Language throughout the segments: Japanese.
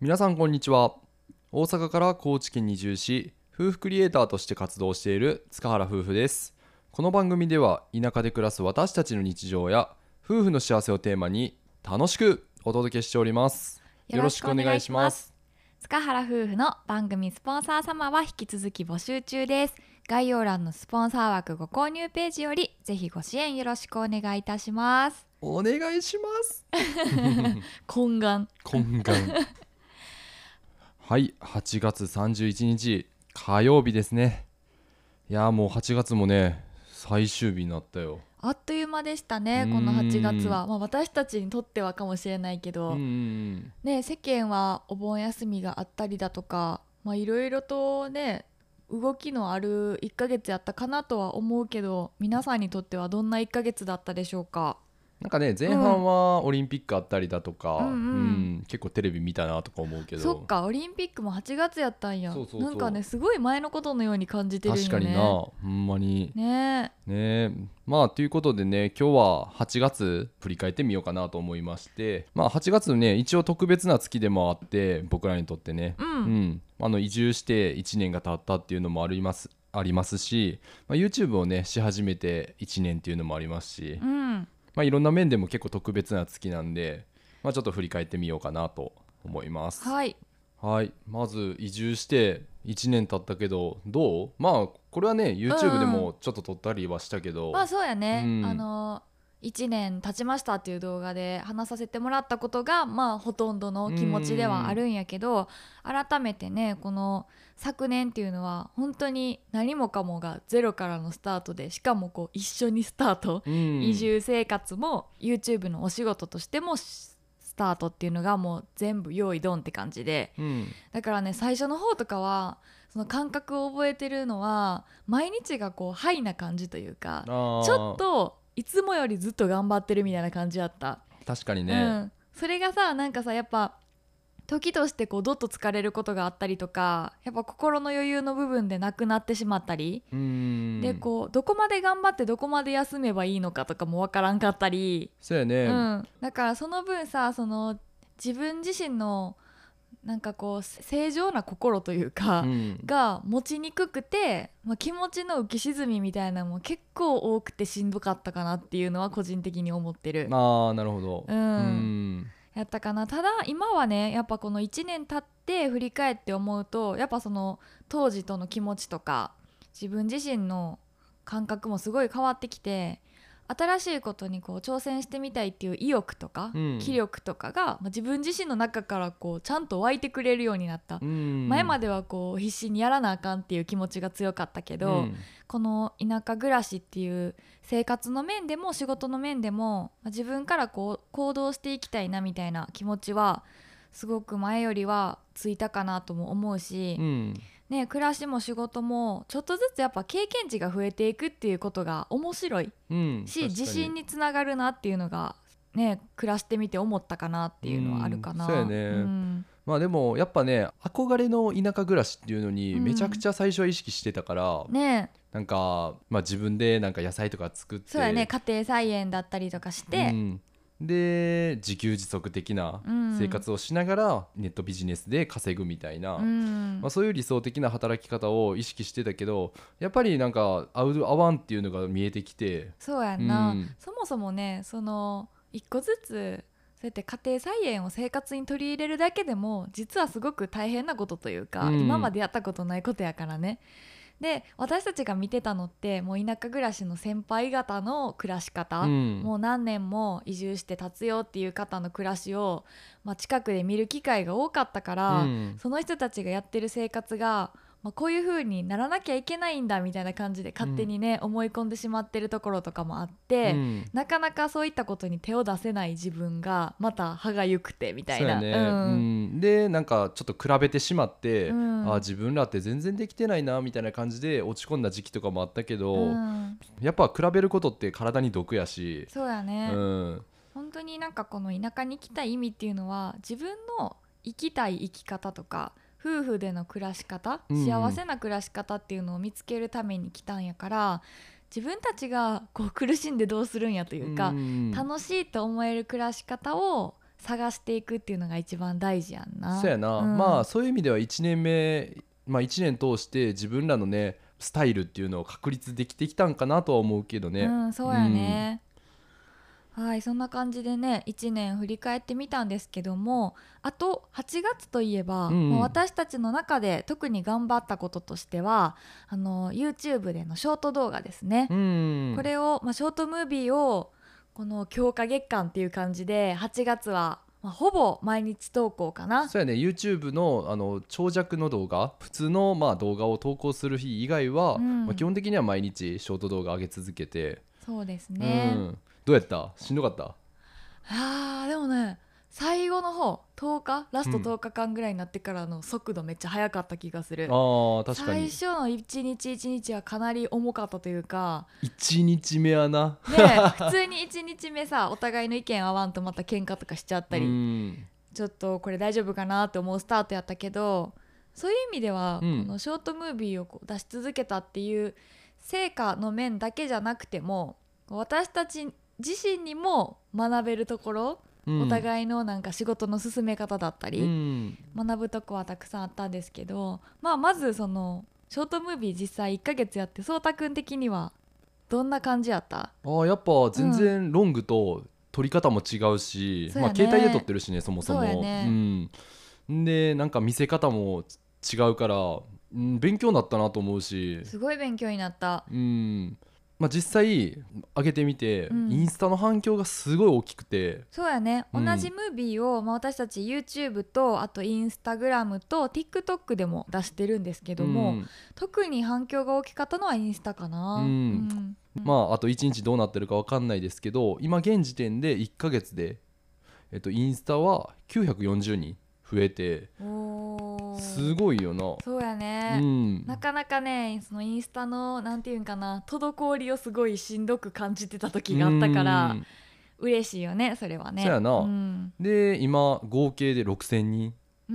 皆さんこんにちは。大阪から高知県に移住し、夫婦クリエイターとして活動している塚原夫婦です。この番組では田舎で暮らす私たちの日常や夫婦の幸せをテーマに楽しくお届けしております。よろしくお願いします。 塚原夫婦の番組スポンサー様は引き続き募集中です。概要欄のスポンサー枠ご購入ページよりぜひご支援よろしくお願いいたします。 お願いします。 懇願懇願。はい、8月31日火曜日ですね。いやもう8月もね最終日になったよ。 あっという間でしたね。この8月は、私たちにとってはかもしれないけど、ね、世間はお盆休みがあったりだとかいろいろとね動きのある1ヶ月やったかなとは思うけど、皆さんにとってはどんな1ヶ月だったでしょうか。 なんかね前半はオリンピックあったりだとか、結構テレビ見たなとか思うけど、 そっか、オリンピックも8月やったんや。 そうなんかねすごい前のことのように感じてるんよね。 確かにな、ほんまにねということでね、今日は8月振り返ってみようかなと思いまして、8月ね一応特別な月でもあって僕らにとってね、移住して1年が経ったっていうのもありますし、YouTube をねし始めて1年っていうのもありますし、いろんな面でも結構特別な月なんで、ちょっと振り返ってみようかなと思います。 はい、 まず移住して1年経ったけどどう？これはね YouTube でもちょっと撮ったりはしたけど、 そうやね、1年経ちましたっていう動画で話させてもらったことがほとんどの気持ちではあるんやけど、改めてねこの昨年っていうのは本当に何もかもがゼロからのスタートで、しかもこう一緒にスタート、移住生活も YouTube のお仕事としてもスタートっていうのがもう全部用意ドンって感じで、だからね最初の方とかはその感覚を覚えてるのは毎日がこうハイな感じというか、ちょっといつもよりずっと頑張ってるみたいな感じだった。 確かにね、 それがさなんかさやっぱ時としてこうどっと疲れることがあったりとか、やっぱ心の余裕の部分でなくなってしまったりで、こうどこまで頑張ってどこまで休めばいいのかとかもわからんかったり、 そうやね、 だからその分さその自分自身のなんかこう正常な心というか、が持ちにくくて、気持ちの浮き沈みみたいなのも結構多くてしんどかったかなっていうのは個人的に思ってる。 なるほど、 やったかな。ただ今はねやっぱこの1年経って振り返って思うと、やっぱその当時との気持ちとか自分自身の感覚もすごい変わってきて、新しいことにこう挑戦してみたいっていう意欲とか、気力とかが、自分自身の中からこうちゃんと湧いてくれるようになった。前まではこう必死にやらなあかんっていう気持ちが強かったけど、この田舎暮らしっていう生活の面でも仕事の面でも、自分からこう行動していきたいなみたいな気持ちはすごく前よりはついたかなとも思うし、暮らしも仕事もちょっとずつやっぱ経験値が増えていくっていうことが面白いし、自信につながるなっていうのがね暮らしてみて思ったかなっていうのはあるかな。 そうやね、でもやっぱね憧れの田舎暮らしっていうのにめちゃくちゃ最初は意識してたから、なんか、自分でなんか野菜とか作って、 そうやね、家庭菜園だったりとかして、 で自給自足的な生活をしながらネットビジネスで稼ぐみたいな、そういう理想的な働き方を意識してたけど、やっぱりなんか合う合わんっていうのが見えてきて、 そうやんな、そもそもねその一個ずつそうやって家庭菜園を生活に取り入れるだけでも実はすごく大変なことというか、今までやったことないことやからね。で私たちが見てたのってもう田舎暮らしの先輩方の暮らし方、もう何年も移住して経つよっていう方の暮らしを、近くで見る機会が多かったから、その人たちがやってる生活がこういう風にならなきゃいけないんだみたいな感じで勝手にね、思い込んでしまってるところとかもあって、なかなかそういったことに手を出せない自分がまた歯がゆくてみたいな。 でなんかちょっと比べてしまって、自分らって全然できてないなみたいな感じで落ち込んだ時期とかもあったけど、やっぱ比べることって体に毒やし。 そうやね、本当になんかこの田舎に来た意味っていうのは自分の生きたい生き方とか夫婦での暮らし方、幸せな暮らし方っていうのを見つけるために来たんやから、自分たちがこう苦しんでどうするんやというか、楽しいと思える暮らし方を探していくっていうのが一番大事やんな。 そうやな、まあそういう意味では1年目、1年通して自分らのねスタイルっていうのを確立できてきたんかなとは思うけどね。 そうやね、はい、そんな感じでね1年振り返ってみたんですけども、あと8月といえば、もう私たちの中で特に頑張ったこととしてはYouTube でのショート動画ですね、これを、ショートムービーをこの強化月間っていう感じで8月は、ほぼ毎日投稿かな。 そうやね、 YouTube の長尺の動画、普通の動画を投稿する日以外は、基本的には毎日ショート動画上げ続けて。 そうですね、 どうやった？しんどかった？ でもね最後の方10日ラスト10日間ぐらいになってからの速度めっちゃ速かった気がする、 確かに最初の1日1日はかなり重かったというか、 1日目はな、 普通に1日目さお互いの意見合わんとまた喧嘩とかしちゃったり、ちょっとこれ大丈夫かなって思うスタートやったけど、そういう意味では、このショートムービーを出し続けたっていう成果の面だけじゃなくても、私たち自身にも学べるところ、お互いのなんか仕事の進め方だったり、学ぶとこはたくさんあったんですけど、まずそのショートムービー実際1ヶ月やって、そうたくん的にはどんな感じやった？ やっぱ全然ロングと撮り方も違うし、携帯で撮ってるしね、そもそも。でなんか見せ方も違うから、勉強になったなと思うし、 すごい勉強になった。 実際上げてみて、インスタの反響がすごい大きくて。 そうやね、同じムービーを、私たち YouTube とあとインスタグラムと TikTok でも出してるんですけども、特に反響が大きかったのはインスタかな。 あと1日どうなってるか分かんないですけど、今現時点で1ヶ月で、インスタは940人増えて、すごいよな。 そうやね、なかなかねそのインスタのなんていうんかな、滞りをすごいしんどく感じてた時があったから、嬉しいよねそれはね。 そうやな、で今合計で6000人、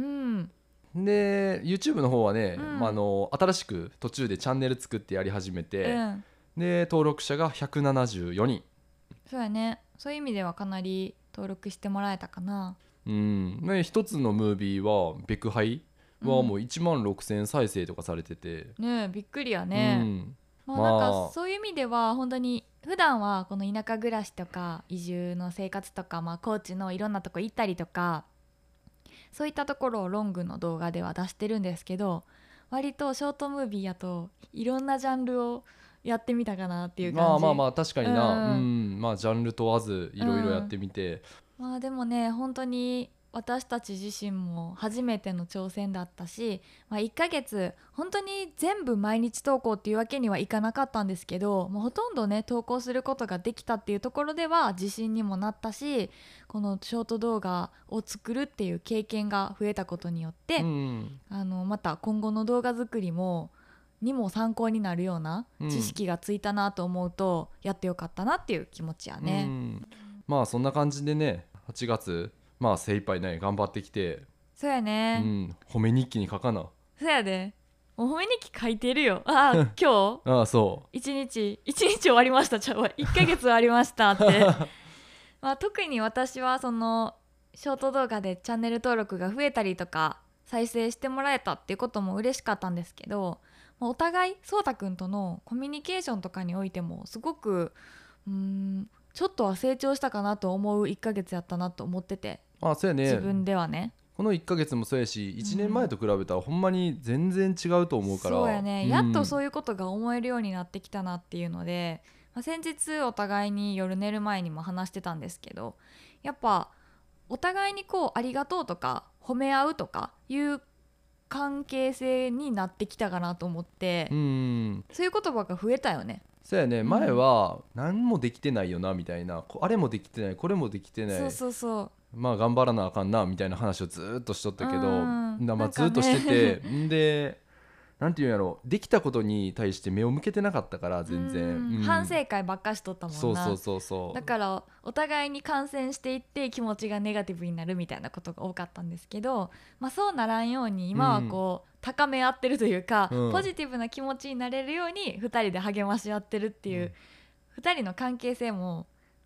で YouTube の方はね、新しく途中でチャンネル作ってやり始めて、で登録者が174人。 そうやね、そういう意味ではかなり登録してもらえたかな。 一つのムービーはベクハイはもう1万6000再生とかされてて、 びっくりやね。なんかそういう意味では本当に普段はこの田舎暮らしとか移住の生活とか、高知のいろんなとこ行ったりとか、そういったところをロングの動画では出してるんですけど、割とショートムービーやといろんなジャンルをやってみたかなっていう感じ。 確かにな、ジャンル問わずいろいろやってみて、 でもね本当に私たち自身も初めての挑戦だったし、1ヶ月本当に全部毎日投稿っていうわけにはいかなかったんですけど、ほとんどね投稿することができたっていうところでは自信にもなったし、このショート動画を作るっていう経験が増えたことによって、また今後の動画作りにも参考になるような知識がついたなと思うと、やってよかったなっていう気持ちやね。 そんな感じでね8月精一杯ね頑張ってきて。 そうやね、 褒め日記に書かな。 そうやで、もう褒め日記書いてるよ。今日そう 1日終わりました、1ヶ月終わりましたって特に私はそのショート動画でチャンネル登録が増えたりとか再生してもらえたっていうことも嬉しかったんですけど、お互いそうたくんとのコミュニケーションとかにおいてもすごくちょっとは成長したかなと思う1ヶ月やったなと思ってて。 そうやね、 自分ではね。 この1ヶ月もそうやし1年前と比べたらほんまに全然違うと思うから、 そうやね、やっとそういうことが思えるようになってきたなっていうので、先日お互いに夜寝る前にも話してたんですけど、やっぱお互いにありがとうとか褒め合うとかいう関係性になってきたかなと思って、そういう言葉が増えたよね。 そうやね、前は何もできてないよなみたいな、あれもできてないこれもできてない、頑張らなあかんなみたいな話をずっとしとったけど、ずっとしててでなんていうんやろ、できたことに対して目を向けてなかったから全然、 反省会ばっかしとったもんな。 そうだからお互いに感染していって気持ちがネガティブになるみたいなことが多かったんですけど、そうならんように今は高め合ってるというか、ポジティブな気持ちになれるように2人で励まし合ってるっていう、2人の関係性も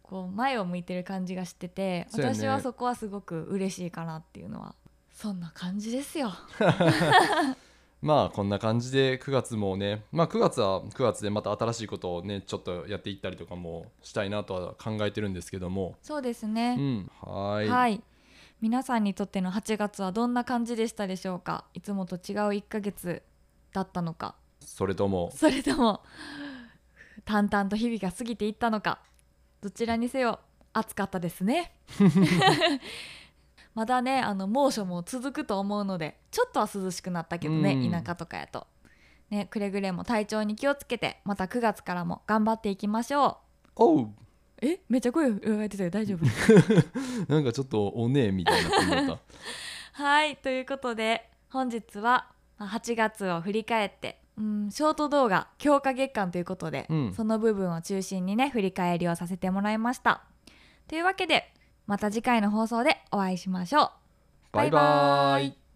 こう前を向いてる感じがしてて、 そうやね私はそこはすごく嬉しいかなっていうのは、そんな感じですよ。 まあこんな感じで9月もね、まあ9月は9月でまた新しいことをねちょっとやっていったりとかもしたいなとは考えてるんですけども。 そうですね、 はい、 はい、皆さんにとっての8月はどんな感じでしたでしょうか。いつもと違う1ヶ月だったのか、 それともそれとも淡々と日々が過ぎていったのか、どちらにせよ暑かったですね。まだね猛暑も続くと思うので、ちょっとは涼しくなったけどね、田舎とかやとね。くれぐれも体調に気をつけて、また9月からも頑張っていきましょおうう。めっちゃ声裏返ってたよ、大丈夫？ なんかちょっとおねえみたいな感じだったはい、ということで本日は8月を振り返って、ショート動画強化月間ということで、その部分を中心にね振り返りをさせてもらいました。というわけでまた次回の放送でお会いしましょう。 バイバーイ。